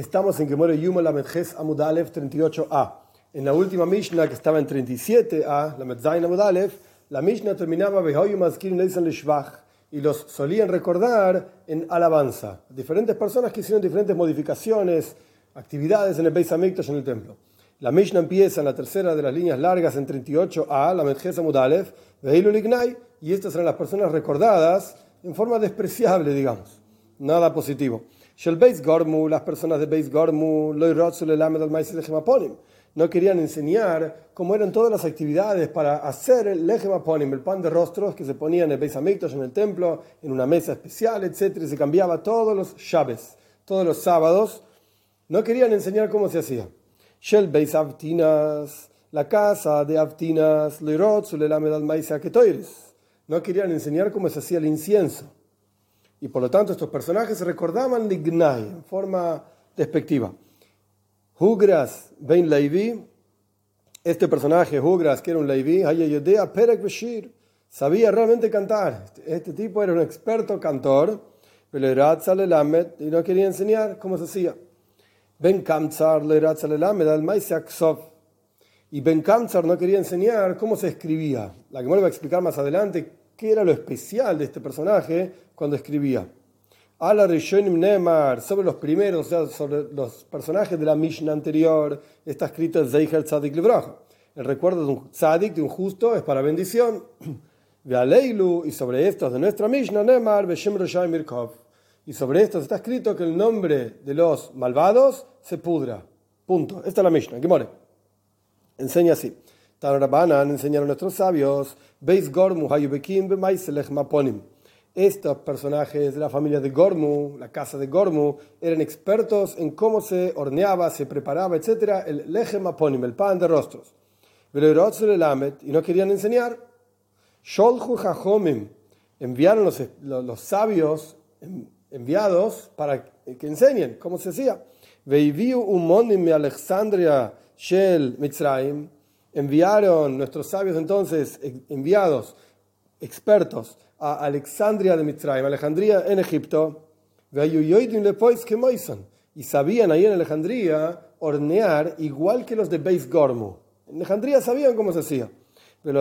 Estamos en Gemara Yuma Lamed Ches Amud Aleph 38a. En la última Mishnah, que estaba en 37a, Lamed Zayin Amud Aleph, la Mishnah terminaba Behoyu Mazkirin Leisan Leshvach y los solían recordar en alabanza. Diferentes personas que hicieron diferentes modificaciones, actividades en el Beis Hamikdash, en el templo. La Mishnah empieza en la tercera de las líneas largas en 38a, Lamed Ches Amud Aleph, Veilu Lignai, y estas eran las personas recordadas en forma despreciable, digamos. Nada positivo. Shel Beis Gormu, las personas de Beis Gormu, Lo Yirotzu Lelamed al Ma'aseh Lechem Aponim, no querían enseñar cómo eran todas las actividades para hacer el Lechem Aponim, el pan de rostros que se ponía en el Beis Hamikdash, en el templo, en una mesa especial, etc. Y se cambiaba todos los Shabbos, todos los sábados. No querían enseñar cómo se hacía. Shel Beis Avtinas, la casa de Avtinas, Lo Yirotzu Lelamed al Ma'aseh Aketoires, no querían enseñar cómo se hacía el incienso. Y por lo tanto estos personajes se recordaban Lignai en forma despectiva. Hugras ben Levi, este personaje Hugras, que era un Levi, Hayayodea Perek Beshir, sabía realmente cantar. Este tipo era un experto cantor, Veleratza Lelamed, y no quería enseñar cómo se hacía. Ben Kamtzar Leratza Lelamed al Ma'aseh Aksov, y Ben Kamtzar no quería enseñar cómo se escribía. La que me va a explicar más adelante qué era lo especial de este personaje cuando escribía. Ala Rishonim Nemar, sobre los primeros, o sea, sobre los personajes de la Mishnah anterior, está escrito el Zeicher Tzadik Livracha. El recuerdo de un Tzadik, de un justo, es para bendición. Vealeilu, y sobre estos de nuestra Mishnah, Nemar, Beshem Roshay Mirkov. Y sobre estos está escrito que el nombre de los malvados se pudra. Punto. Esta es la Mishnah. ¿Qué more? Enseña así. Tanarabanan enseñaron nuestros sabios, Beis Gormu Hayubekim B'Ma'aseh Lechem Aponim. Estos personajes de la familia de Gormu, la casa de Gormu, eran expertos en cómo se horneaba, se preparaba, etc. el Lechem Aponim, el pan de rostros. Y no querían enseñar. Sholchu Chachomim, enviaron los sabios enviados para que enseñen cómo se hacía. Veiviu Umonim me Alexandria Shel Mitzrayim, enviaron nuestros sabios entonces, enviados, expertos, a Alexandria de Mitzrayim, Alejandría en Egipto, y sabían ahí en Alejandría hornear igual que los de Beis Gormu. En Alejandría sabían cómo se hacía, pero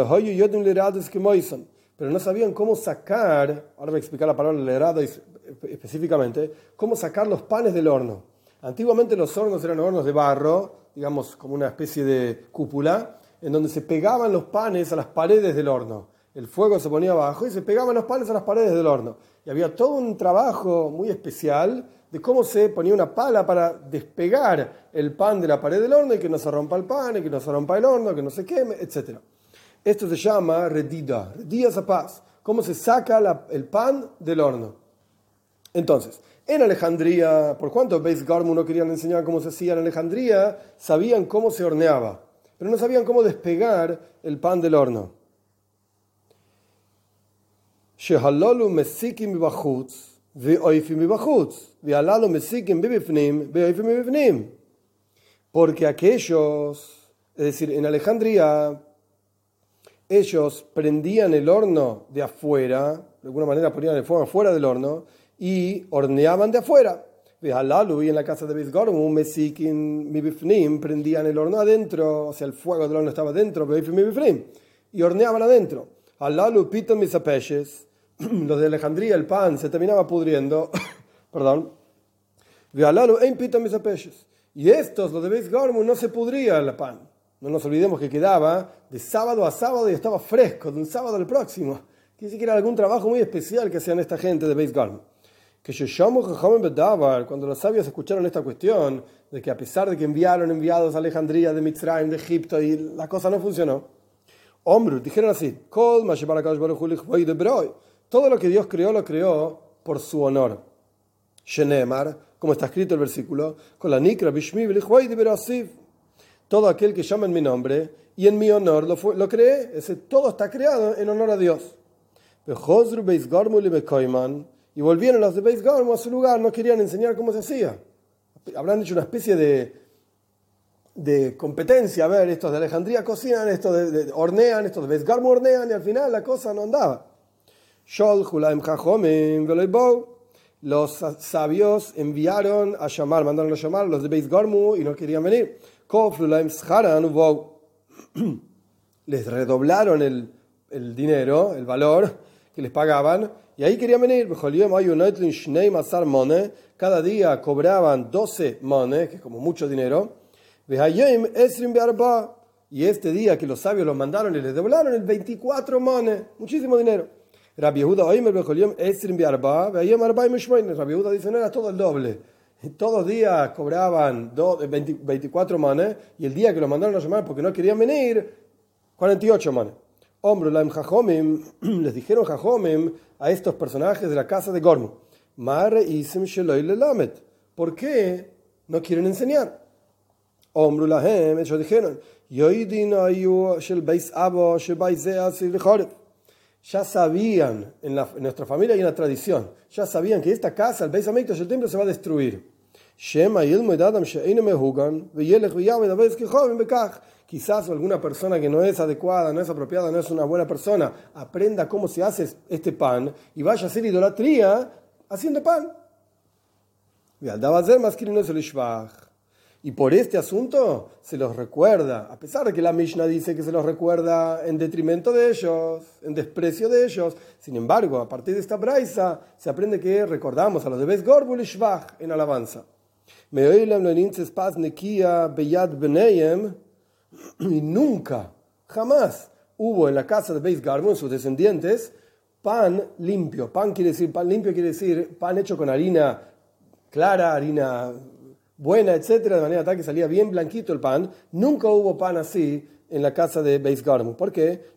no sabían cómo sacar, ahora voy a explicar la palabra lerado específicamente, cómo sacar los panes del horno. Antiguamente los hornos eran hornos de barro, digamos como una especie de cúpula, en donde se pegaban los panes a las paredes del horno. El fuego se ponía abajo y se pegaban los panes a las paredes del horno. Y había todo un trabajo muy especial de cómo se ponía una pala para despegar el pan de la pared del horno y que no se rompa el pan, y que no se rompa el horno, que no se queme, etc. Esto se llama redida, redida zapaz, cómo se saca el pan del horno. Entonces, en Alejandría, por cuanto Beis Gormu no querían enseñar cómo se hacía en Alejandría, sabían cómo se horneaba, pero no sabían cómo despegar el pan del horno. Shehalolu mesikim bibachutz ve'oifim bibachutz ve'alalu mesikim bibifnim ve'oifim bibifnim. Porque aquellos, es decir, en Alejandría, ellos prendían el horno de afuera, de alguna manera ponían el fuego afuera del horno y horneaban de afuera. Ve'alalu, y en la casa de Beis Gormu, mesikim bibifnim, prendían el horno adentro, o sea, el fuego del horno estaba adentro, ve'oifim bibifnim, y horneaban adentro. Halalu pitom misapeshes, los de Alejandría, el pan se terminaba pudriendo, perdón. Halalu ein pitom misapeshes, y estos, los de Beis Gormu, no se pudría el pan. No nos olvidemos que quedaba de sábado a sábado y estaba fresco, de un sábado al próximo. Quiere decir que era algún trabajo muy especial que hacían esta gente de Beis Gormu. Que cuando los sabios escucharon esta cuestión, de que a pesar de que enviaron enviados a Alejandría, de Mitzrayim, de Egipto, y la cosa no funcionó, Omru, dijeron así, todo lo que Dios creó, lo creó por su honor. Shenemar, como está escrito el versículo, con la nikra bishmi v'lichvoidi berasiv, todo aquel que llama en mi nombre y en mi honor lo creé, todo está creado en honor a Dios. Y volvieron los de Beis Gormu a su lugar, no querían enseñar cómo se hacía. Habrán hecho una especie de competencia, a ver, estos de Alejandría cocinan, estos de hornean, estos de Beis Gormu hornean, y al final la cosa no andaba. los sabios mandaron a llamar a los de Beis Gormu y no querían venir. Les redoblaron el dinero, el valor que les pagaban, y ahí querían venir. Cada día cobraban 12 mones, que es como mucho dinero. Y este día que los sabios los mandaron y les doblaron el 24 mones, muchísimo dinero. Rabbi Yehuda dice, no era todo el doble. Todos los días cobraban 24 mones, y el día que los mandaron a llamar porque no querían venir, 48 mones. Les dijeron Jajomim a estos personajes de la casa de Gormu, ¿por qué no quieren enseñar? Ellos dijeron, ya sabían, en nuestra familia hay una tradición, ya sabían que esta casa, el Beis Hamikdash, el templo, se va a destruir. Quizás alguna persona que no es adecuada, no es apropiada, no es una buena persona, aprenda cómo se hace este pan y vaya a hacer idolatría haciendo pan. Y por este asunto se los recuerda, a pesar de que la Mishnah dice que se los recuerda en detrimento de ellos, en desprecio de ellos. Sin embargo, a partir de esta braisa se aprende que recordamos a los de Beis Gormu Lishvach en alabanza. Y nunca, jamás hubo en la casa de Beis Gormu, en sus descendientes, pan limpio. Pan limpio quiere decir pan hecho con harina clara, harina buena, etcétera, de manera tal que salía bien blanquito el pan. Nunca hubo pan así en la casa de Beis Gormu. ¿Por qué?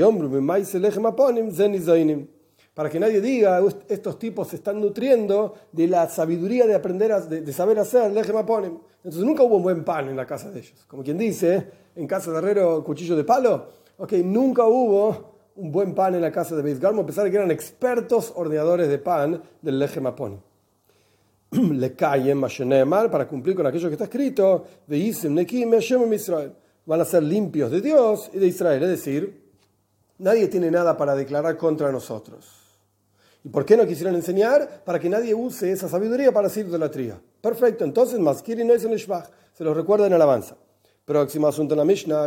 Para que nadie diga, estos tipos se están nutriendo de la sabiduría de aprender, de saber hacer lechem aponim. Entonces nunca hubo un buen pan en la casa de ellos. Como quien dice, en casa de herrero, cuchillo de palo. Nunca hubo un buen pan en la casa de Beis Gormu, a pesar de que eran expertos horneadores de pan del lechem aponim. Le caen mal para cumplir con aquello que está escrito, van a ser limpios de Dios y de Israel, es decir, nadie tiene nada para declarar contra nosotros. ¿Y por qué no quisieron enseñar? Para que nadie use esa sabiduría para hacer idolatría. Perfecto, entonces Maskiri no es el Shvach, se los recuerda en alabanza. Próximo asunto en la Mishnah,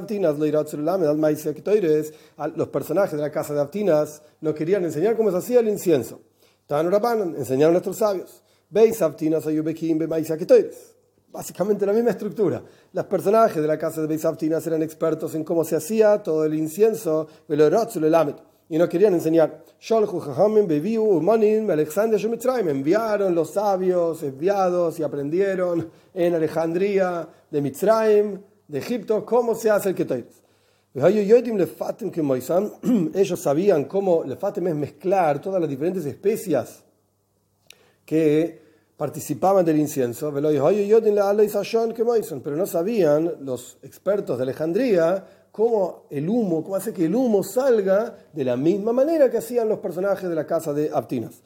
los personajes de la casa de Abtinas no querían enseñar cómo se hacía el incienso. Enseñaron nuestros sabios. Básicamente la misma estructura. Los personajes de la casa de Beis Abtinas eran expertos en cómo se hacía todo el incienso y no querían enseñar. Enviaron los sabios enviados y aprendieron en Alejandría, de Mitzrayim, de Egipto, cómo se hace el Ketoires. Ellos sabían cómo lefatem es mezclar todas las diferentes especias que participaban del incienso, pero no sabían los expertos de Alejandría cómo hace que el humo salga de la misma manera que hacían los personajes de la casa de Abtinas.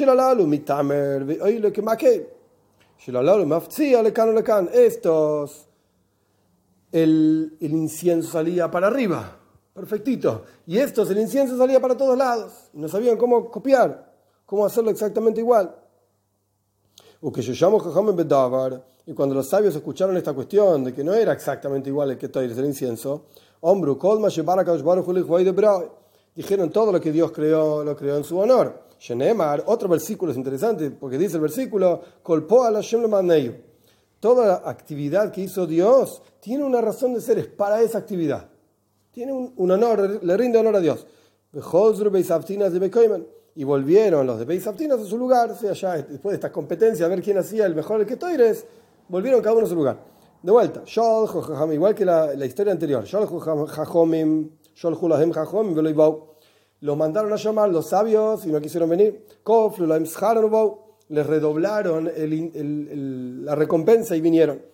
El incienso salía para arriba, perfectito, y el incienso salía para todos lados, no sabían cómo copiar, cómo hacerlo exactamente igual. Y cuando los sabios escucharon esta cuestión de que no era exactamente igual el Ketoires del incienso, dijeron todo lo que Dios creó, lo creó en su honor. Otro versículo es interesante porque dice el versículo, toda actividad que hizo Dios tiene una razón de ser, es para esa actividad. Tiene un honor, le rinde honor a Dios. Y volvieron los de Beis Abtinas a su lugar, o sea, ya después de esta competencia a ver quién hacía el mejor el Ketoires, volvieron cada uno a su lugar. De vuelta, igual que la historia anterior, los mandaron a llamar los sabios y no quisieron venir. Les redoblaron la recompensa y vinieron.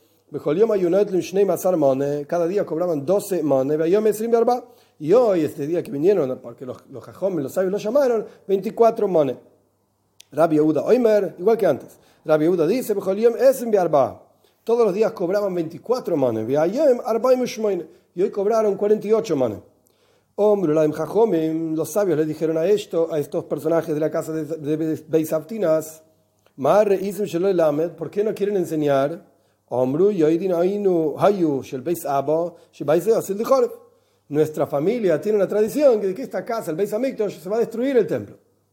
Cada día cobraban 12 mones. Y hoy, este día que vinieron, porque los Jajom, los sabios los llamaron, 24 mones. Rabbi Yehuda Oimer, igual que antes. Rabbi Yehuda dice, todos los días cobraban 24 mones. Y hoy cobraron 48 mones. Hombre, los sabios le dijeron a estos personajes de la casa de Beis Haftinas, ¿por qué no quieren enseñar? Nuestra familia tiene una tradición de que esta casa, el Beis Hamikdash, se va a destruir el templo.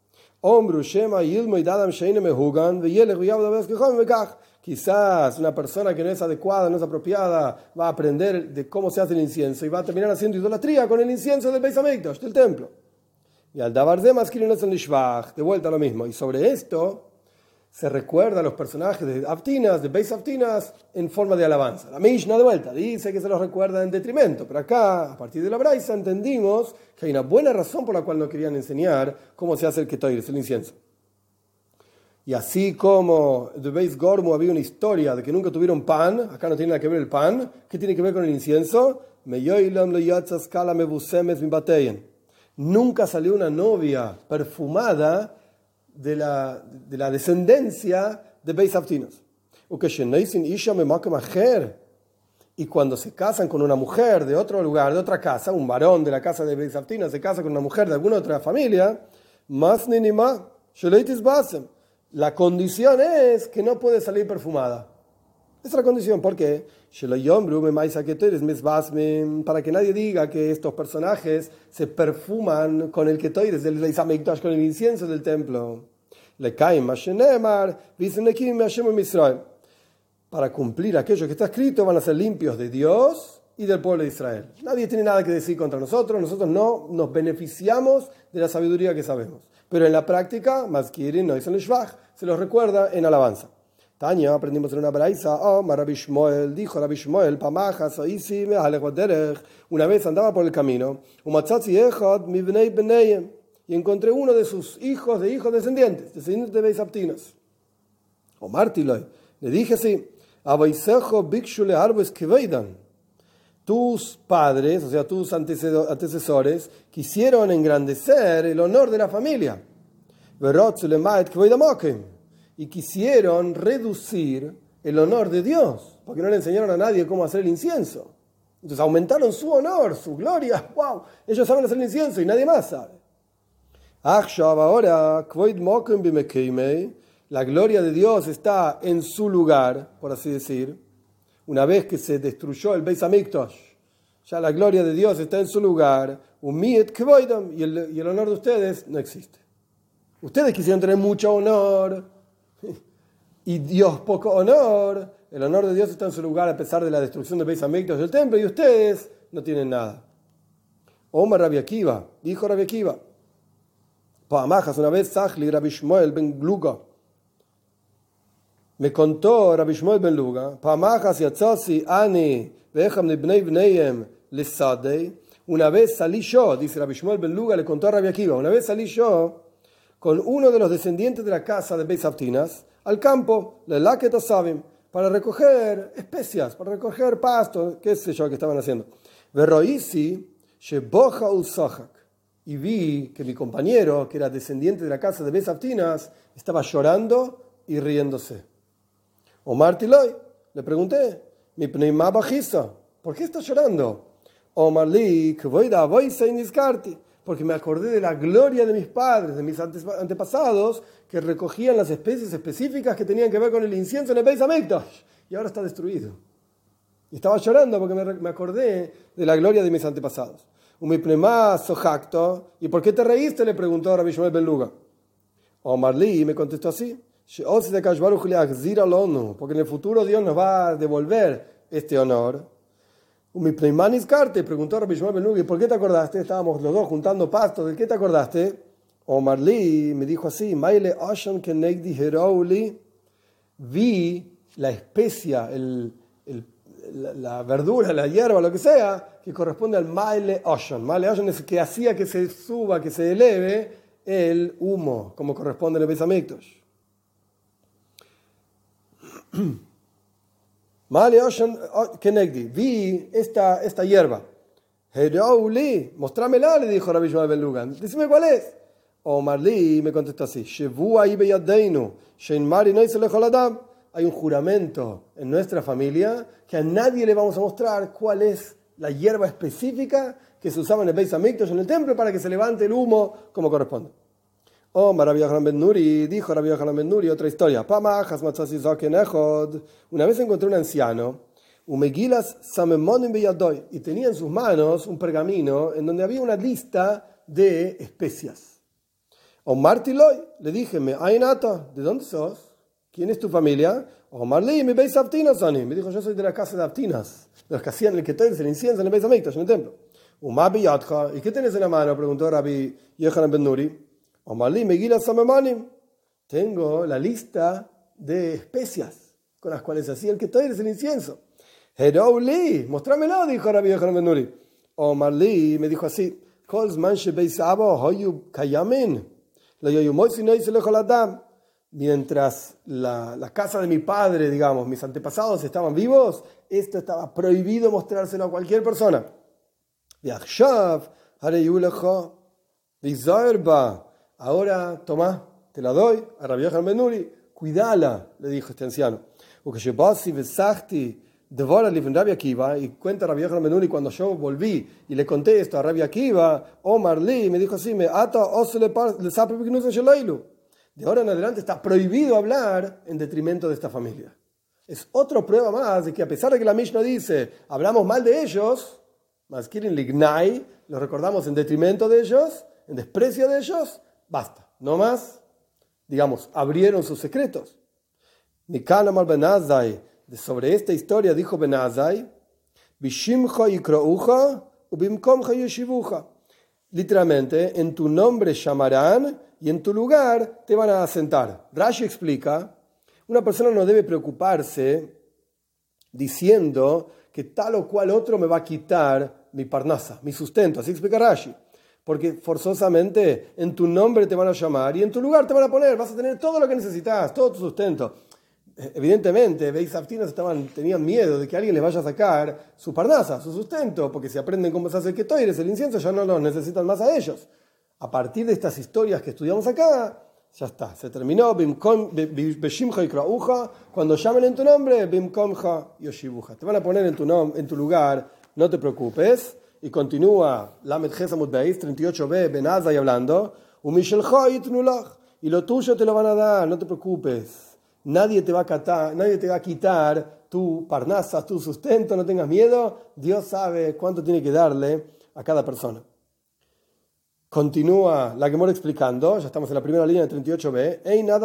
Quizás una persona que no es adecuada, no es apropiada, va a aprender de cómo se hace el incienso y va a terminar haciendo idolatría con el incienso del Beis Hamikdash, del templo. Y al Davar de vuelta a lo mismo. Y sobre esto se recuerda a los personajes de Haftinas, de Beis Haftinas, en forma de alabanza. La Mishnah de vuelta dice que se los recuerda en detrimento, pero acá, a partir de la Braisa, entendimos que hay una buena razón por la cual no querían enseñar cómo se hace el ketoires, el incienso. Y así como de Beis Gormu había una historia de que nunca tuvieron pan, acá no tiene nada que ver el pan, ¿qué tiene que ver con el incienso? Nunca salió una novia perfumada de la descendencia de Beis Haftinas. Y cuando se casan con una mujer de otro lugar, de otra casa, un varón de la casa de Beis Haftinas se casa con una mujer de alguna otra familia, la condición es que no puede salir perfumada. Esa es la condición. ¿Por qué? Para que nadie diga que estos personajes se perfuman con el ketoires del Beis Hamikdash, con el incienso del templo. Para cumplir aquello que está escrito, van a ser limpios de Dios y del pueblo de Israel. Nadie tiene nada que decir contra nosotros no nos beneficiamos de la sabiduría que sabemos. Pero en la práctica, se los recuerda en alabanza. Tania, aprendimos en una braisa, dijo Rabbi Shmuel, una vez andaba por el camino, y encontré uno de sus hijos descendientes de Beis Haftinas. O Martiloy, le dije así, tus padres, o sea, tus antecesores, quisieron engrandecer el honor de la familia. Y quisieron reducir el honor de Dios, porque no le enseñaron a nadie cómo hacer el incienso. Entonces aumentaron su honor, su gloria. ¡Wow! Ellos saben hacer el incienso y nadie más sabe. Ahora, la gloria de Dios está en su lugar, por así decir. Una vez que se destruyó el Beis Hamikdash, ya la gloria de Dios está en su lugar, y el honor de ustedes no existe. Ustedes quisieron tener mucho honor y Dios poco honor. El honor de Dios está en su lugar a pesar de la destrucción del Beis Hamikdash del templo, y ustedes no tienen nada. Omar Rabbi Akiva, dijo Rabbi Akiva, Pa'amajas, una vez Sachli Rabbi Shmuel ben Luga, me contó Rabbi Shmuel ben Luga, Pa'amajas yatzasi ani ve'echam libnei bneihem lesadei. Una vez salí yo, dice Rabbi Shmuel ben Luga, le contó a Rabbi Akiva, una vez salí yo con uno de los descendientes de la casa de Beis Haftinas al campo, para recoger especias, para recoger pasto, qué sé yo que estaban haciendo. Y vi que mi compañero, que era descendiente de la casa de Beis Haftinas, estaba llorando y riéndose. Omar Tiloy, le pregunté, mi pneumá bajista, ¿por qué estás llorando? Omar Li, porque me acordé de la gloria de mis padres, de mis antepasados, que recogían las especies específicas que tenían que ver con el incienso en el Beis Hamikdash, y ahora está destruido. Y estaba llorando porque me acordé de la gloria de mis antepasados. ¿Y por qué te reíste?, le preguntó a Rabbi Shmuel ben Luga. Omar Li me contestó así, porque en el futuro Dios nos va a devolver este honor. Preguntó a Rabbi Shmuel ben Luga, ¿y por qué te acordaste? Estábamos los dos juntando pastos, ¿de qué te acordaste? Omar Li me dijo así, vi la especia, la verdura, la hierba, lo que sea, que corresponde al Maile Ocean. Maile Ocean es el que hacía que se suba, que se eleve el humo, como corresponde en el Beis Hamikdash. Maile Ocean Kenegdi, vi esta hierba. Herauli, mostrámela, le dijo Rabbi Shmuel ben Luga. Decime cuál es. Omar Li me contestó así, hay un juramento en nuestra familia que a nadie le vamos a mostrar cuál es la hierba específica que se usaban en el Beis Hamikdash, en el templo, para que se levante el humo como corresponde. Rabbi Yochanan ben Nuri, dijo Rabbi Yochanan ben Nuri, otra historia. Una vez encontré un anciano, y tenía en sus manos un pergamino en donde había una lista de especias. Martiloy, le dije, ¿de dónde sos? ¿Quién es tu familia? Me dijo, yo soy de la casa de Abtinas, de los que hacían el Ketoir, el incienso en el Beis Hamikdash, en el templo. ¿Y qué tenés en la mano? Preguntó Rabbi Yochanan ben Nuri. Tengo la lista de especias con las cuales se hacía el Ketoir, el incienso. Herouli, mostrámelo, dijo Rabbi Yochanan ben Nuri. Marli me dijo así, mientras la casa de mi padre, digamos, mis antepasados estaban vivos, esto estaba prohibido mostrárselo a cualquier persona. Ahora, tomá, te la doy a Rabbi Yochanan ben Nuri, cuídala, le dijo este anciano. Y cuenta Rabbi Yochanan ben Nuri, cuando yo volví y le conté esto a Rabbi Akiva, Omar Li me dijo así, de ahora en adelante está prohibido hablar en detrimento de esta familia. Es otra prueba más de que a pesar de que la Mishnah dice, hablamos mal de ellos, Mazkirin Lignai, los recordamos en detrimento de ellos, en desprecio de ellos, basta, no más, digamos, abrieron sus secretos. Mikan Amar ben Azai, sobre esta historia dijo ben Azai, Bishimcha yikroucha ubimkomcha yeshivucha. Literalmente, en tu nombre llamarán y en tu lugar te van a sentar. Rashi explica, una persona no debe preocuparse diciendo que tal o cual otro me va a quitar mi parnasa, mi sustento. Así explica Rashi. Porque forzosamente en tu nombre te van a llamar y en tu lugar te van a poner, vas a tener todo lo que necesitas, todo tu sustento. Evidentemente, Beis Abtinas tenían miedo de que alguien les vaya a sacar su parnasa, su sustento, porque si aprenden cómo se hace el Ketoir, el incienso, ya no los necesitan más a ellos. A partir de estas historias que estudiamos acá, ya está, se terminó. Cuando llamen en tu nombre, te van a poner en tu lugar, no te preocupes. Y continúa Lamed Ches Beis 38b, Ben Azai hablando, y lo tuyo te lo van a dar, no te preocupes. Nadie te va a quitar tu parnasa, tu sustento, no tengas miedo. Dios sabe cuánto tiene que darle a cada persona. Continúa la Gemara explicando, ya estamos en la primera línea de 38b.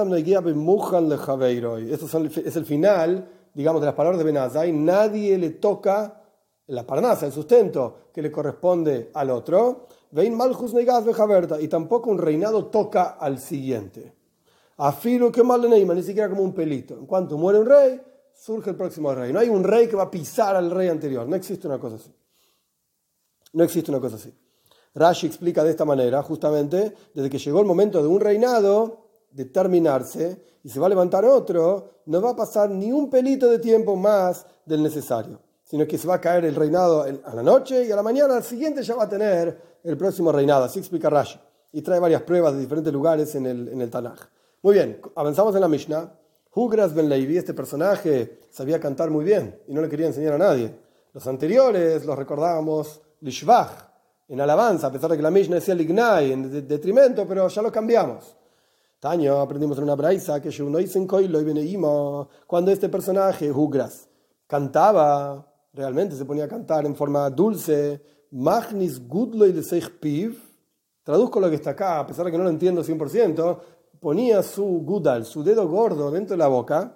Esto es el final, digamos, de las palabras de Ben Azai. Nadie le toca la parnasa, el sustento que le corresponde al otro. Y tampoco un reinado toca al siguiente. Afilo que mal ni siquiera como un pelito. En cuanto muere un rey, surge el próximo rey. No hay un rey que va a pisar al rey anterior. No existe una cosa así. No existe una cosa así. Rashi explica de esta manera, justamente, desde que llegó el momento de un reinado de terminarse y se va a levantar otro, no va a pasar ni un pelito de tiempo más del necesario, sino que se va a caer el reinado a la noche y a la mañana al siguiente ya va a tener el próximo reinado. Así explica Rashi. Y trae varias pruebas de diferentes lugares en el Tanaj. Muy bien, avanzamos en la Mishnah. Hugras ben Levi, este personaje, sabía cantar muy bien y no le quería enseñar a nadie. Los anteriores los recordábamos Lishvach, en alabanza, a pesar de que la Mishnah decía Lignai, en detrimento, pero ya lo cambiamos. Taño, aprendimos en una braisa que cuando este personaje, Hugras, cantaba, realmente se ponía a cantar en forma dulce, Magnis Gudloy de Seich Piv, traduzco lo que está acá, a pesar de que no lo entiendo 100%, ponía su gudal, su dedo gordo dentro de la boca,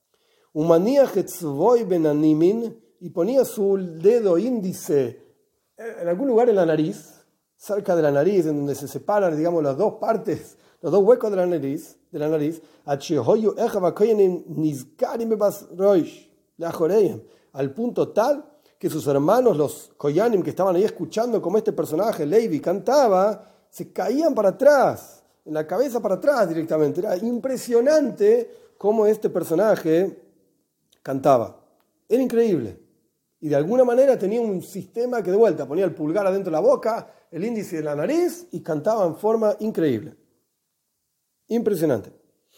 y ponía su dedo índice en algún lugar en la nariz, cerca de la nariz, en donde se separan, digamos, las dos partes, los dos huecos de la nariz, al punto tal que sus hermanos, los koyanim que estaban ahí escuchando como este personaje, Levi, cantaba, se caían para atrás, en la cabeza para atrás directamente. Era impresionante cómo este personaje cantaba. Era increíble. Y de alguna manera tenía un sistema que de vuelta ponía el pulgar adentro de la boca, el índice de la nariz y cantaba en forma increíble. Impresionante.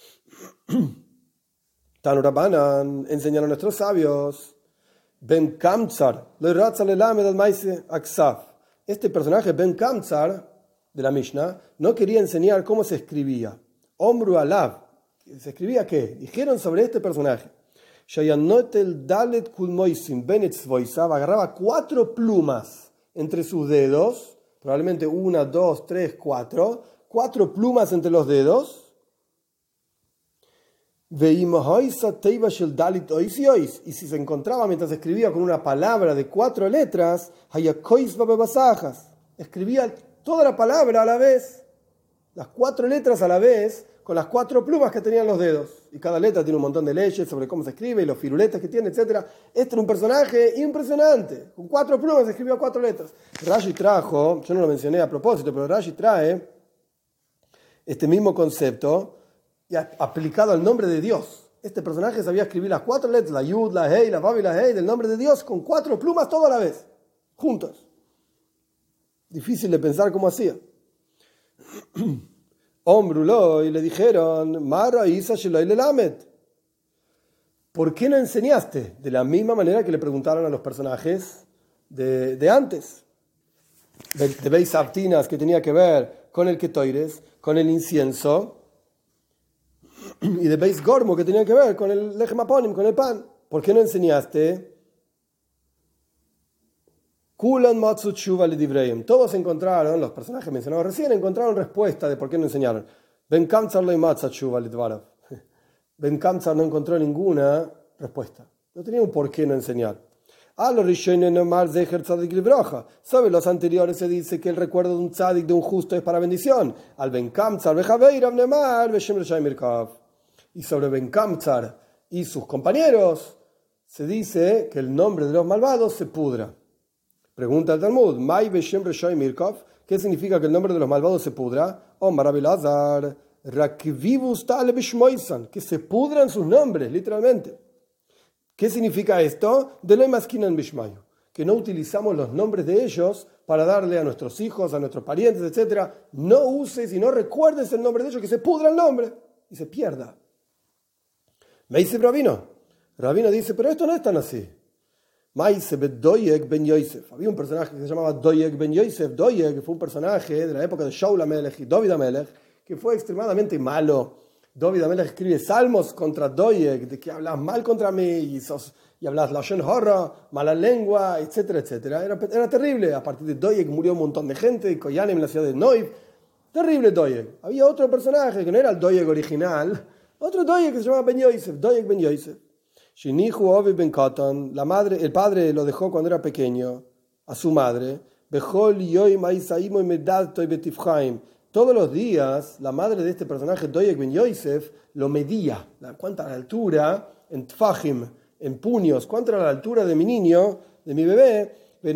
Tanu Rabbanan enseñaron a nuestros sabios. Ben Kamtsar, le ratzal elamed al maise aksaf. este personaje Ben Kamtsar de la Mishnah no quería enseñar cómo se escribía. Omru Alav. ¿Se escribía qué? Dijeron sobre este personaje. Shayanotel Dalet Kulmoisim Benetzvoisav agarraba 4 plumas entre sus dedos, probablemente 1, 2, 3, 4, 4 plumas entre los dedos. Y si se encontraba mientras escribía con una palabra de 4 letras, escribía toda la palabra a la vez, las 4 letras a la vez, con las 4 plumas que tenían los dedos. Y cada letra tiene un montón de leyes sobre cómo se escribe y los firuletes que tiene, etc. Este era un personaje impresionante. Con 4 plumas escribió 4 letras. Rashi trajo, yo no lo mencioné a propósito, pero Rashi trae este mismo concepto y aplicado al nombre de Dios. Este personaje sabía escribir las 4 letras, la Yud, la Hei, la Vav y la Hei, del nombre de Dios, con 4 plumas todo a la vez, juntos. Difícil de pensar cómo hacía. Ombrulo, y le dijeron, Mara Isa Sheloi Lelamed. ¿Por qué no enseñaste? De la misma manera que le preguntaron a los personajes de antes. De Beis Abtinas, que tenía que ver con el Ketoires, con el incienso, y de Beis Gormo, que tenía que ver con el Lechem Aponim, con el pan. ¿Por qué no enseñaste? Kulan Matzu Tshuva Lidivreim. Todos encontraron, los personajes mencionados recién, encontraron respuesta de por qué no enseñaron. Ben Kamtsar lo Matza Tshuva Lidvarav. Ben Kamtsar no encontró ninguna respuesta. No tenía un por qué no enseñar. A los Rishonim Nomar Zecher Tzadik Livrocha. Sobre los anteriores se dice que el recuerdo de un tzadik, de un justo, es para bendición. Al Ben Kamtsar Bejaveirav Nemar Beshem Reshai Mirkav. Y sobre Ben Kamtsar y sus compañeros se dice que el nombre de los malvados se pudra. Pregunta el Talmud, Mai Beshem Reshai Mirkov, ¿qué significa que el nombre de los malvados se pudra? Omar Abelazar, Rakvivus Tale Bishmoisan, que se pudran sus nombres, literalmente. ¿Qué significa esto? De lo maskinan Bishmayu, que no utilizamos los nombres de ellos para darle a nuestros hijos, a nuestros parientes, etc. No uses y no recuerdes el nombre de ellos, que se pudra el nombre y se pierda. Me dice Rabino dice, pero esto no es tan así. Doyeg ben Yosef. Había un personaje que se llamaba Doyeg ben Yosef. Doyeg fue un personaje de la época de Shaul HaMelech y David HaMelech que fue extremadamente malo. David HaMelech escribe salmos contra Doyeg, de que hablas mal contra mí y hablas lashon hara, mala lengua, etcétera, etcétera. Era terrible. A partir de Doyeg murió un montón de gente, y Koyanim en la ciudad de Noiv. Terrible Doyeg. Había otro personaje que no era el Doyeg original, otro Doyeg que se llamaba Ben Yosef, Doyeg ben Yosef. Shinihu Ovi ben Katan, el padre lo dejó cuando era pequeño a su madre. Todos los días la madre de este personaje, Doyeg ben Yosef, lo medía. ¿Cuánta era la altura? En tfahim, en puños. ¿Cuánta era la altura de mi niño, de mi bebé?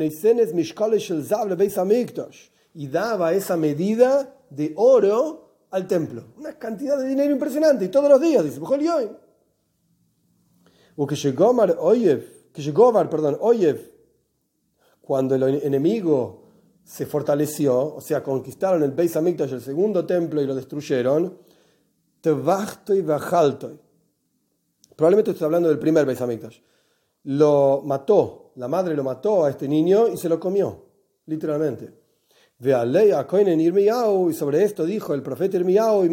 Y daba esa medida de oro al templo. Una cantidad de dinero impresionante. Y todos los días, dice, Oyev, cuando el enemigo se fortaleció, o sea, conquistaron el Beis Hamikdash, el segundo templo, y lo destruyeron, probablemente estoy hablando del primer Beis Hamikdash, lo mató, la madre lo mató a este niño y se lo comió, literalmente. Y sobre esto dijo el profeta Irmiyahu,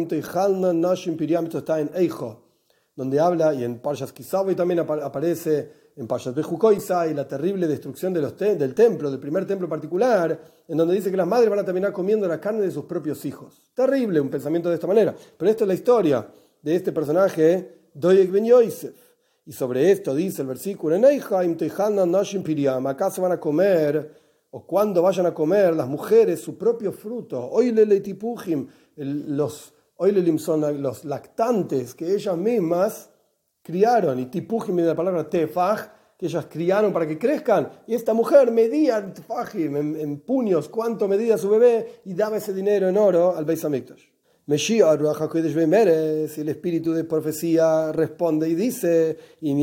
donde habla, y en Parshas Kisavai también aparece, en Parshas Bejukoisa, y la terrible destrucción del templo, del primer templo particular, en donde dice que las madres van a terminar comiendo la carne de sus propios hijos. Terrible un pensamiento de esta manera. Pero esta es la historia de este personaje, Doyeg ben Yosef. Y sobre esto dice el versículo, ¿acaso van a comer, o cuando vayan a comer las mujeres su propio fruto? Oilele tipuchim, los Oilelim son los lactantes que ellas mismas criaron, y tipujim de la palabra tefaj, que ellas criaron para que crezcan, y esta mujer medía tefajim, en puños, cuánto medía su bebé, y daba ese dinero en oro al Beis Hamikdash. Meshiach Ruach HaKodesh Veimeres, y el espíritu de profecía responde y dice,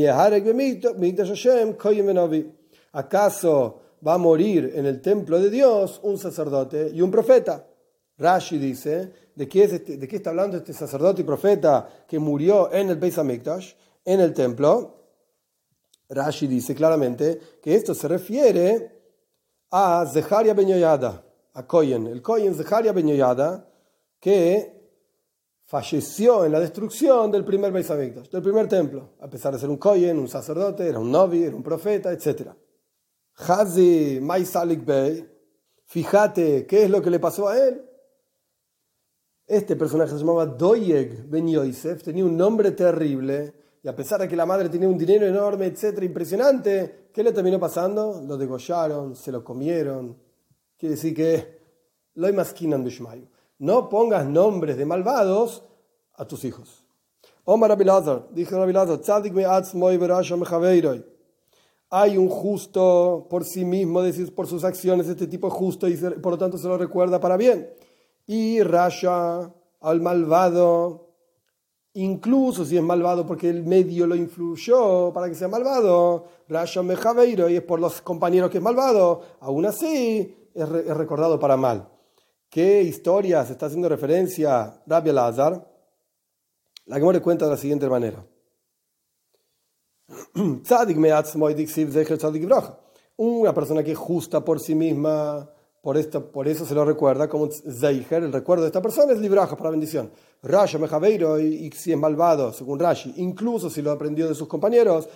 ¿acaso va a morir en el templo de Dios un sacerdote y un profeta? Rashi dice, ¿de qué está hablando este sacerdote y profeta que murió en el Beis Hamikdash, en el templo? Rashi dice claramente que esto se refiere a Zeharia ben Yoyada, a Cohen, el Cohen Zeharia ben Yoyada, que falleció en la destrucción del primer Beis Hamikdash, del primer templo, a pesar de ser un Cohen, un sacerdote, era un novi, era un profeta, etc. Hazi Mai Salik Bey, fíjate qué es lo que le pasó a él. Este personaje se llamaba Doyeg ben Yosef, tenía un nombre terrible, y a pesar de que la madre tenía un dinero enorme, etc., impresionante, ¿qué le terminó pasando? Lo degollaron, se lo comieron. Quiere decir que Loi maskinan bishmayu. No pongas nombres de malvados a tus hijos. Omar Rabbi Lazar, dijo Rabbi Lazar, Tzadik me'atzmoi verasha mechaveiroi. Hay un justo por sí mismo, decir, por sus acciones, este tipo es justo y por lo tanto se lo recuerda para bien. Y Rasha, al malvado, incluso si es malvado porque el medio lo influyó para que sea malvado, Rasha mechaveiroi es por los compañeros que es malvado, aún así es recordado para mal. ¿Qué historia se está haciendo referencia Rabbi Elazar? La Gemara cuenta de la siguiente manera. Una persona que es justa por sí misma, por eso se lo recuerda como Zeicher, el recuerdo de esta persona es libraja para bendición. Rasha mejaveiro, y si es malvado, según Rashi, incluso si lo aprendió de sus compañeros,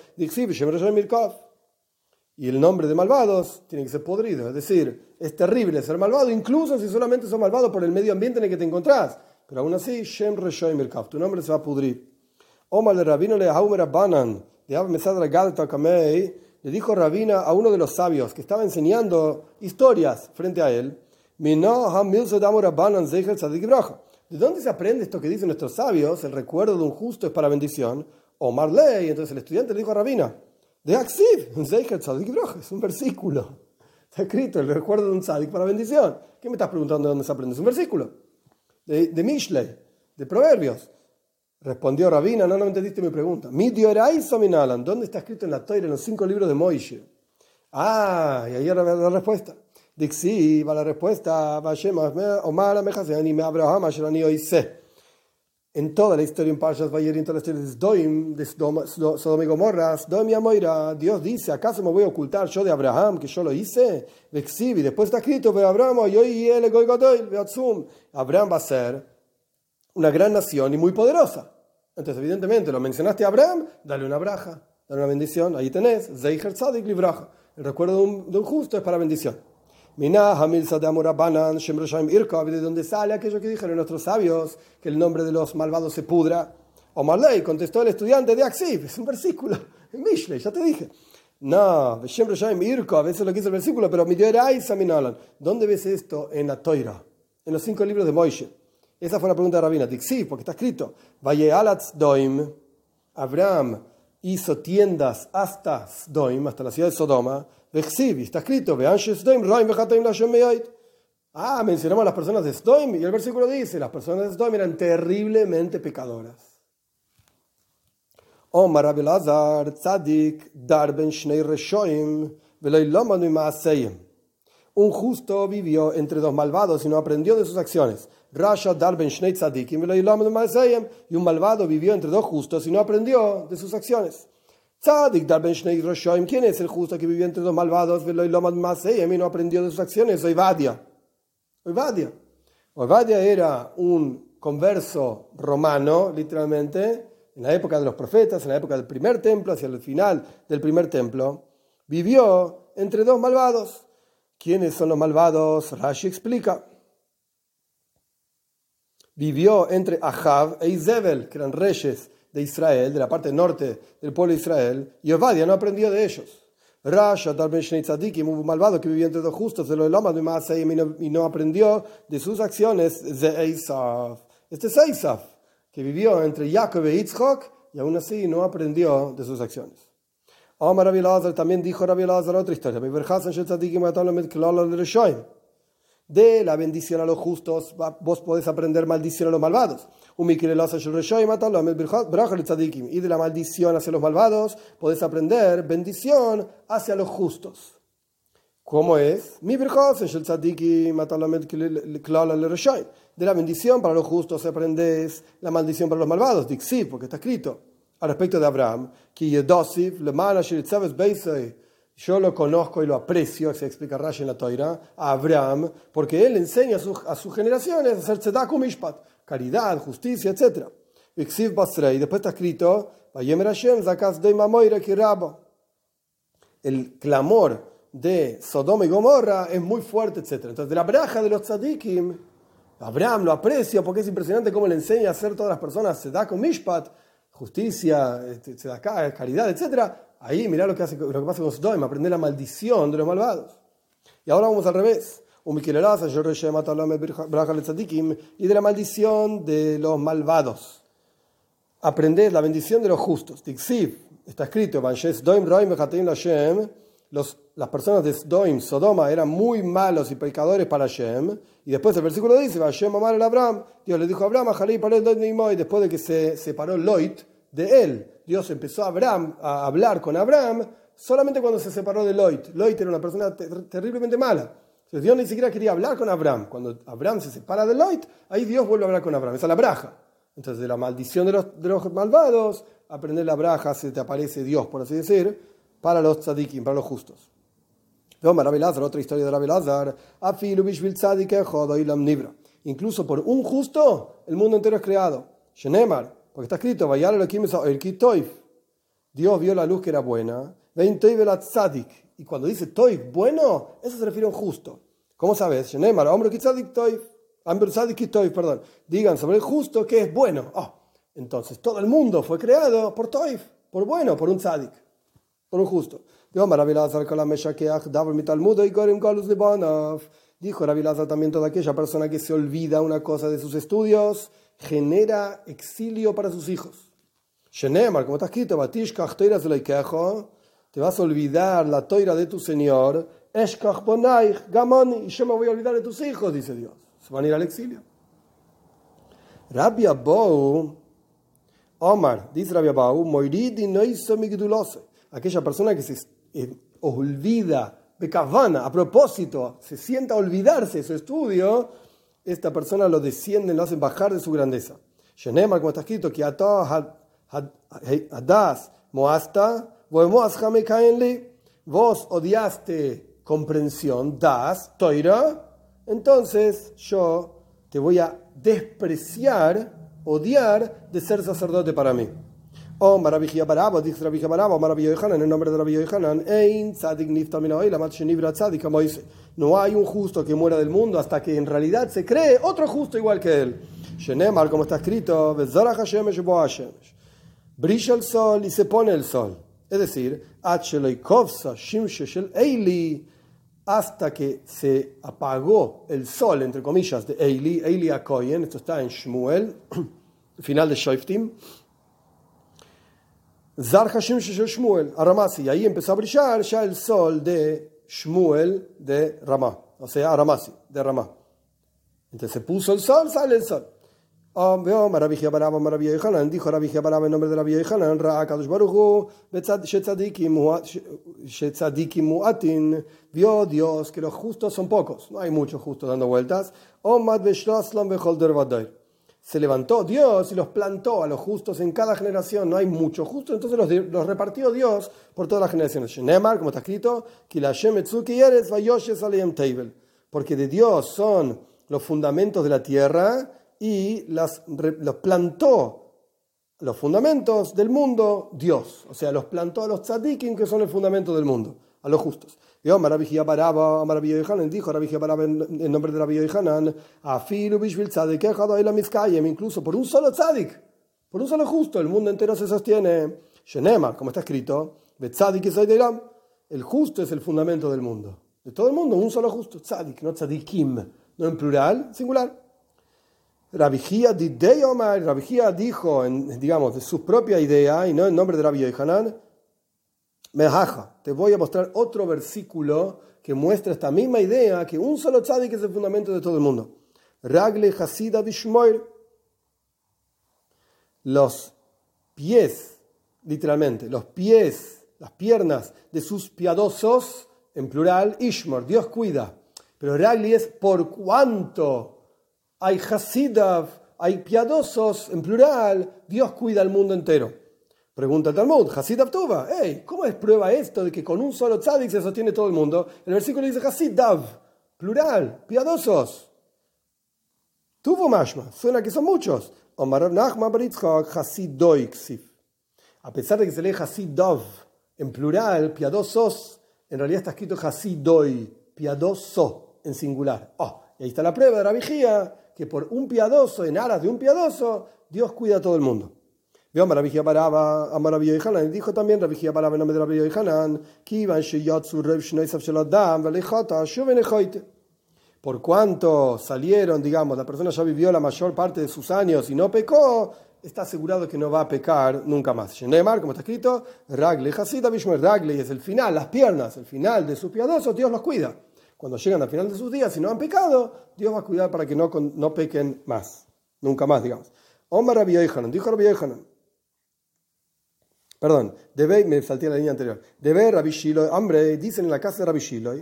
y el nombre de malvados tiene que ser podrido, es decir, es terrible ser malvado, incluso si solamente sos malvado por el medio ambiente en el que te encontrás. Pero aún así, Shem Reshoy Mirkaf, tu nombre se va a pudrir. Omar de Rabino le Haumer Banan, de Ab Mesadra Galta Kamei, le dijo Rabina a uno de los sabios que estaba enseñando historias frente a él, ¿de dónde se aprende esto que dicen nuestros sabios? El recuerdo de un justo es para bendición. Omar Ley, entonces el estudiante le dijo a Rabina, de Aksiv, es un versículo. Está escrito el recuerdo de un tzadik para bendición. ¿Qué me estás preguntando de dónde se aprende? Es un versículo. De Mishlei, de Proverbios. Respondió Rabina, no entendiste mi pregunta. ¿Dónde está escrito en la Torah, en los 5 libros de Moishe? Ah, y ahí era la respuesta. Dixi, va la respuesta. En toda la historia en Parshas Vayerim, en toda la historia de Sodoma y Gomorra, Sodom y Amoira, Dios dice, ¿acaso me voy a ocultar yo de Abraham, que yo lo hice? Y después está escrito, Abraham va a ser una gran nación y muy poderosa. Entonces, evidentemente, lo mencionaste a Abraham, dale una braja, dale una bendición, ahí tenés, Zeicher Tzadik Livraja. El recuerdo de un justo es para bendición. ¿De dónde sale aquello que dijeron nuestros sabios, que el nombre de los malvados se pudra? Omar Ley, contestó el estudiante de Aksiv, es un versículo, en Mishlei, ya te dije. No, a veces lo que dice el versículo, pero ¿dónde ves esto en la Torah? En los 5 libros de Moishe. Esa fue la pregunta de Rabina. Sí, porque está escrito, Abraham hizo tiendas hasta Sdoim, hasta la ciudad de Sodoma. Está escrito, mencionamos a las personas de Sdoim y el versículo dice, las personas de Sdoim eran terriblemente pecadoras. Omar Rabbi Elazar Tzadik dar ben shnei reshoim veloy lomad mima'aseyim. Un justo vivió entre dos malvados y no aprendió de sus acciones. Rasha dar ben shnei tzadikim veloy lomad mima'aseyim. Y un malvado vivió entre dos justos y no aprendió de sus acciones. Tzadik dar ben shnei reshoim. ¿Quién es el justo que vivió entre dos malvados veloy lomad mima'aseyim y no aprendió de sus acciones? Oivadia. Oivadia era un converso romano, literalmente, en la época de los profetas, en la época del primer templo, hacia el final del primer templo, vivió entre dos malvados. ¿Quiénes son los malvados? Rashi explica. Vivió entre Ahab e Izebel, que eran reyes de Israel, de la parte norte del pueblo de Israel, y Ovadia no aprendió de ellos. Rasha dar ben shnei tzadikim, un malvado que vivía entre dos justos, y no aprendió de sus acciones. Este es Eisaf, que vivió entre Jacob e Yitzchak y aún así no aprendió de sus acciones. Omar Rabbi Elazar, también dijo Rabbi Elazar otra historia. De la bendición a los justos, vos podés aprender maldición a los malvados. Y de la maldición hacia los malvados, podés aprender bendición hacia los justos. ¿Cómo es? De la bendición para los justos aprendes la maldición para los malvados. Sí, porque está escrito al respecto de Abraham, Yo lo conozco y lo aprecio, se explica Rashi en la Toira, a Abraham, porque él enseña a sus generaciones a hacer tzedakah mishpat, caridad, justicia, etc. Y después está escrito, el clamor de Sodoma y Gomorra es muy fuerte, etc. Entonces, de la braja de los tzadikim, Abraham lo aprecia porque es impresionante cómo le enseña a hacer todas las personas tzedakah mishpat, justicia, tzedakah, caridad, etc. Ahí mirá lo que pasa con Sodoma, aprender la maldición de los malvados. Y ahora vamos al revés. Y de la maldición de los malvados. Aprender la bendición de los justos. Está escrito, las personas de Sodoma eran muy malos y pecadores para Hashem. Y después el versículo dice, Hashem amar el Abraham. Dios le dijo a Abraham, y después de que se separó Lot de él, Dios empezó a hablar con Abraham solamente cuando se separó de Lot. Lot era una persona terriblemente mala. Entonces Dios ni siquiera quería hablar con Abraham. Cuando Abraham se separa de Lot, ahí Dios vuelve a hablar con Abraham. Esa es la braja. Entonces de la maldición de los malvados, aprender la braja, se te aparece Dios, por así decir, para los tzadikim, para los justos. Otra historia de Rabbi Elazar. Incluso por un justo, el mundo entero es creado. Shenemar, porque está escrito, Dios vio la luz que era buena, y cuando dice toif, bueno, eso se refiere a un justo. ¿Cómo sabes? Shenemar, digan sobre el justo que es bueno. Entonces todo el mundo fue creado por toif, por bueno, por un tzadik, por un justo. Dijo Rabbi Elazar también, toda aquella persona que se olvida una cosa de sus estudios genera exilio para sus hijos. Shenemar, como está escrito, te vas a olvidar la toira de tu Señor, y yo me voy a olvidar de tus hijos, dice Dios. Se van a ir al exilio. Rabbi Abou Omar, dice Rabbi Abou, aquella persona que se olvida de Kavana, a propósito, se sienta a olvidarse de su estudio, esta persona lo descienden, lo hacen bajar de su grandeza. Shenemar, como está escrito, que adas moasta, vos odiaste comprensión, das, toira, entonces yo te voy a despreciar, odiar de ser sacerdote para mí. En el nombre de Rabbi Yohanan, no hay un justo que muera del mundo hasta que en realidad se cree otro justo igual que él. Shenemar, como está escrito, brilla el sol y se pone el sol. Es decir, hasta que se apagó el sol, entre comillas, de Eli a Kohen, esto está en Shmuel, final de Shoftim, Zar Hashim Shel Shmuel, a Ramasi, y ahí empezó a brillar ya el sol de Shmuel de Ramá, o sea, a Ramasi, de Ramá. Entonces se puso el sol, sale el sol. Dijo Rabbi Jebarab en nombre de Rabbi Yohanan, vio Dios que los justos son pocos, no hay muchos justos dando vueltas. Se levantó Dios y los plantó a los justos en cada generación, no hay muchos justos, entonces los repartió Dios por todas las generaciones. Shenemar, como está escrito, porque de Dios son los fundamentos de la tierra y los plantó los fundamentos del mundo Dios, o sea, los plantó a los tzadikim que son el fundamento del mundo, a los justos. Dijo Rabbi Jebarab en nombre de Rabbi Yohanan, incluso por un solo tzadik, por un solo justo, el mundo entero se sostiene. Shenemar, como está escrito, el justo es el fundamento del mundo, de todo el mundo, un solo justo, tzadik, no tzadikim, no en plural, singular. Rabbi Jia dijo, digamos, de su propia idea y no en nombre de Rabbi Yohanan, te voy a mostrar otro versículo que muestra esta misma idea, que un solo tzadik es el fundamento de todo el mundo. Ragle Hasida Bishmoir, los pies, literalmente, los pies, las piernas de sus piadosos, en plural, Ishmor, Dios cuida. Pero Ragli es por cuanto hay Hasidav, hay piadosos, en plural, Dios cuida al mundo entero. Pregunta el Talmud, Hasid Avtuva, hey, ¿cómo es prueba esto de que con un solo tzadik se sostiene todo el mundo? El versículo dice Hasid Dav, plural, piadosos. Tuvo mashma, suena que son muchos. Omar Nachman bar Yitzchak, Hasid Doi ksif. A pesar de que se lee Hasid Dav en plural, piadosos, en realidad está escrito Hasid Doi, piadoso en singular. Y ahí está la prueba de la vigía, que por un piadoso, en aras de un piadoso, Dios cuida a todo el mundo. Dijo también Rabbi Paraba en nombre de Rabbi Yohanan, por cuanto salieron, digamos, la persona ya vivió la mayor parte de sus años y no pecó, está asegurado que no va a pecar nunca más. Shenemar, como está escrito, Ragle Hasida Bishmer, Ragle es el final, las piernas, el final de sus piadosos, Dios los cuida. Cuando llegan al final de sus días y no han pecado, Dios va a cuidar para que no pequen más, nunca más, digamos. Omar Rabbi Yohanan, dijo Rabbi Yohanan. Perdón, me salté la línea anterior. Debe Rabbi Shiloh, hombre, dicen en la casa de Rabbi Shiloh,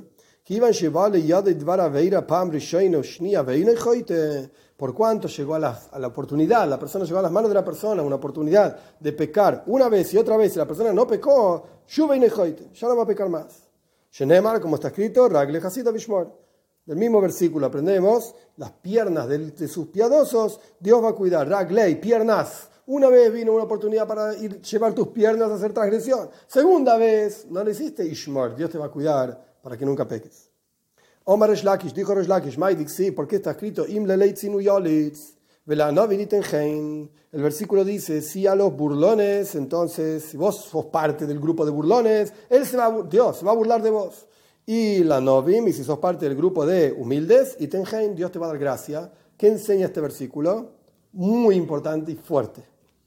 por cuanto llegó a la oportunidad, la persona llegó a las manos de la persona, una oportunidad de pecar una vez y otra vez, y la persona no pecó, ya no va a pecar más. Shenemar, como está escrito, Ragle Hasida Bishmor. Del mismo versículo aprendemos, las piernas de sus piadosos, Dios va a cuidar. Ragle, piernas. Una vez vino una oportunidad para llevar tus piernas a hacer transgresión. Segunda vez, no lo hiciste, Ishmor, Dios te va a cuidar para que nunca peques. Omar Resh Lakish, dijo Resh Lakish, sí, ¿por qué está escrito? Im leleitinu yolitz, el versículo dice, si a los burlones, entonces, si vos sos parte del grupo de burlones, Dios se va a burlar de vos. Y la novim, y si sos parte del grupo de humildes, y tenheim, Dios te va a dar gracia. ¿Qué enseña este versículo? Muy importante y fuerte.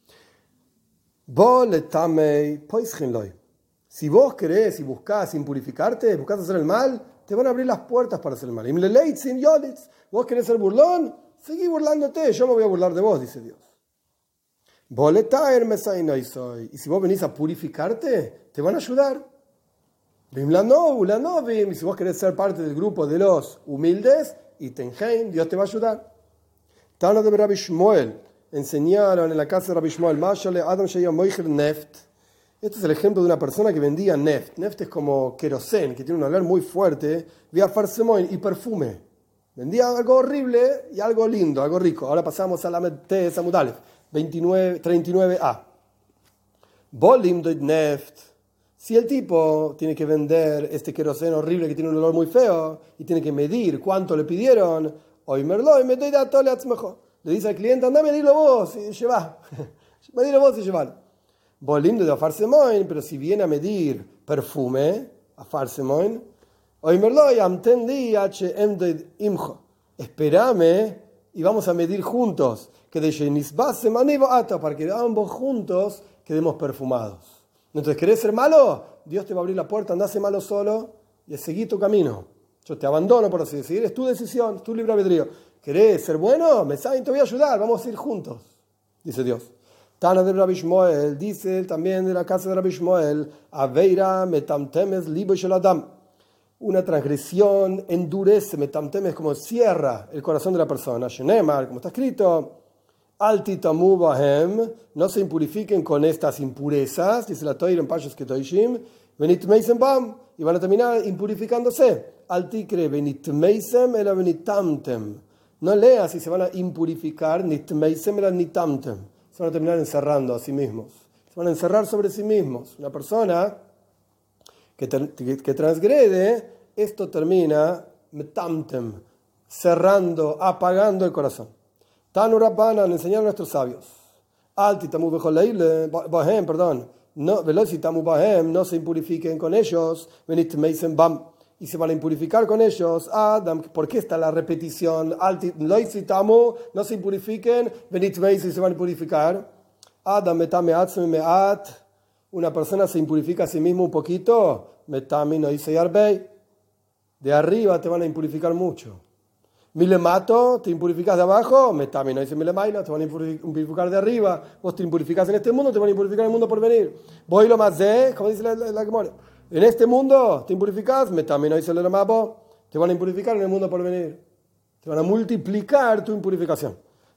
Si vos querés y buscás impurificarte, buscás hacer el mal, te van a abrir las puertas para hacer el mal. Vos querés ser burlón, seguí burlándote, yo me voy a burlar de vos, dice Dios. Y si vos venís a purificarte, te van a ayudar. Y si vos querés ser parte del grupo de los humildes, y tenheim, Dios te va a ayudar. Tano de Rabbi Shmuel, enseñaron en la casa de Rabbi Shmuel, neft. Este es el ejemplo de una persona que vendía neft. Neft es como querosén, que tiene un olor muy fuerte, y perfume. Vendía algo horrible y algo lindo, algo rico. Ahora pasamos a la T Samud Aleph, 39a. Bolim doit neft. Si el tipo tiene que vender este querosén horrible que tiene un olor muy feo y tiene que medir cuánto le pidieron, le dice al cliente, anda a medirlo vos y llevá. Medirlo vos y llevalo. Bolim de Afarsemoin, pero si viene a medir perfume, Afarsemoin, espérame y vamos a medir juntos, que para que ambos juntos quedemos perfumados. Entonces, ¿querés ser malo? Dios te va a abrir la puerta, andá a ser malo solo y seguí tu camino. Yo te abandono, por así decir, es tu decisión, es tu libre albedrío. ¿Querés ser bueno? Te voy a ayudar, vamos a ir juntos, dice Dios. Tana de Rabbi Shmuel, dice también de la casa de Rabbi Shmuel, Aveira metamtemes libo shel adam. Una transgresión endurece, metamtemes como cierra el corazón de la persona. Shenemar, como está escrito, Alti tamu bahem, no se impurifiquen con estas impurezas, dice la Toira en Pashas Ketoishim, venitmeisem bam, y van a terminar impurificándose. Alti cree, venitmeisem era venitamtem. No leas si se van a impurificar, nitmeisem era nitamtem. Se van a terminar encerrando a sí mismos. Se van a encerrar sobre sí mismos. Una persona que transgrede, esto termina metamtem, cerrando, apagando el corazón. Tanu Rabbanan, enseñaron a nuestros sabios. Alti tamu bahem, perdón. No, veloci tamu bahem, no se impurifiquen con ellos. Venit meisen bam. Y se van a impurificar con ellos. Adam, ¿por qué está la repetición? Alti loisi tamu, no se impurifiquen. Venit meisen y se van a impurificar. Adam metame atzme meat. Una persona se impurifica a sí mismo un poquito. Metame no dice yarbei. De arriba te van a impurificar mucho. Milemato, te impurificas de abajo, metami no dice milemaina, te van a impurificar de arriba. Vos te impurificas en este mundo, te van a impurificar en el mundo por venir. Voy lo más de, como dice la Gemara. En este mundo te impurificas, metami no dice te van a impurificar en el mundo por venir. Te van a multiplicar tu impurificación.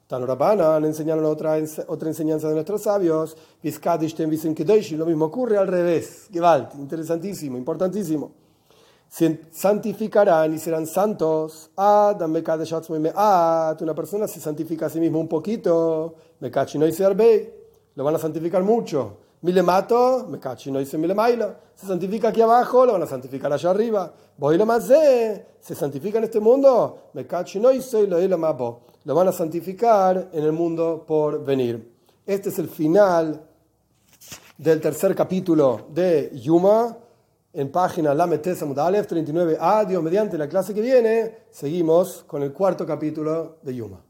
Tanorabanan enseñaron otra enseñanza de nuestros sabios. Lo mismo ocurre al revés. Gewalt, interesantísimo, importantísimo. Santificarán y serán santos. Una persona se santifica a sí mismo un poquito. Lo van a santificar mucho. Se santifica aquí abajo, lo van a santificar allá arriba. Se santifica en este mundo, lo van a santificar en el mundo por venir. Este es el final del tercer capítulo de Yuma, en página Lamed Tes Amud Aleph 39a. Dios mediante, la clase que viene seguimos con el cuarto capítulo de Yuma.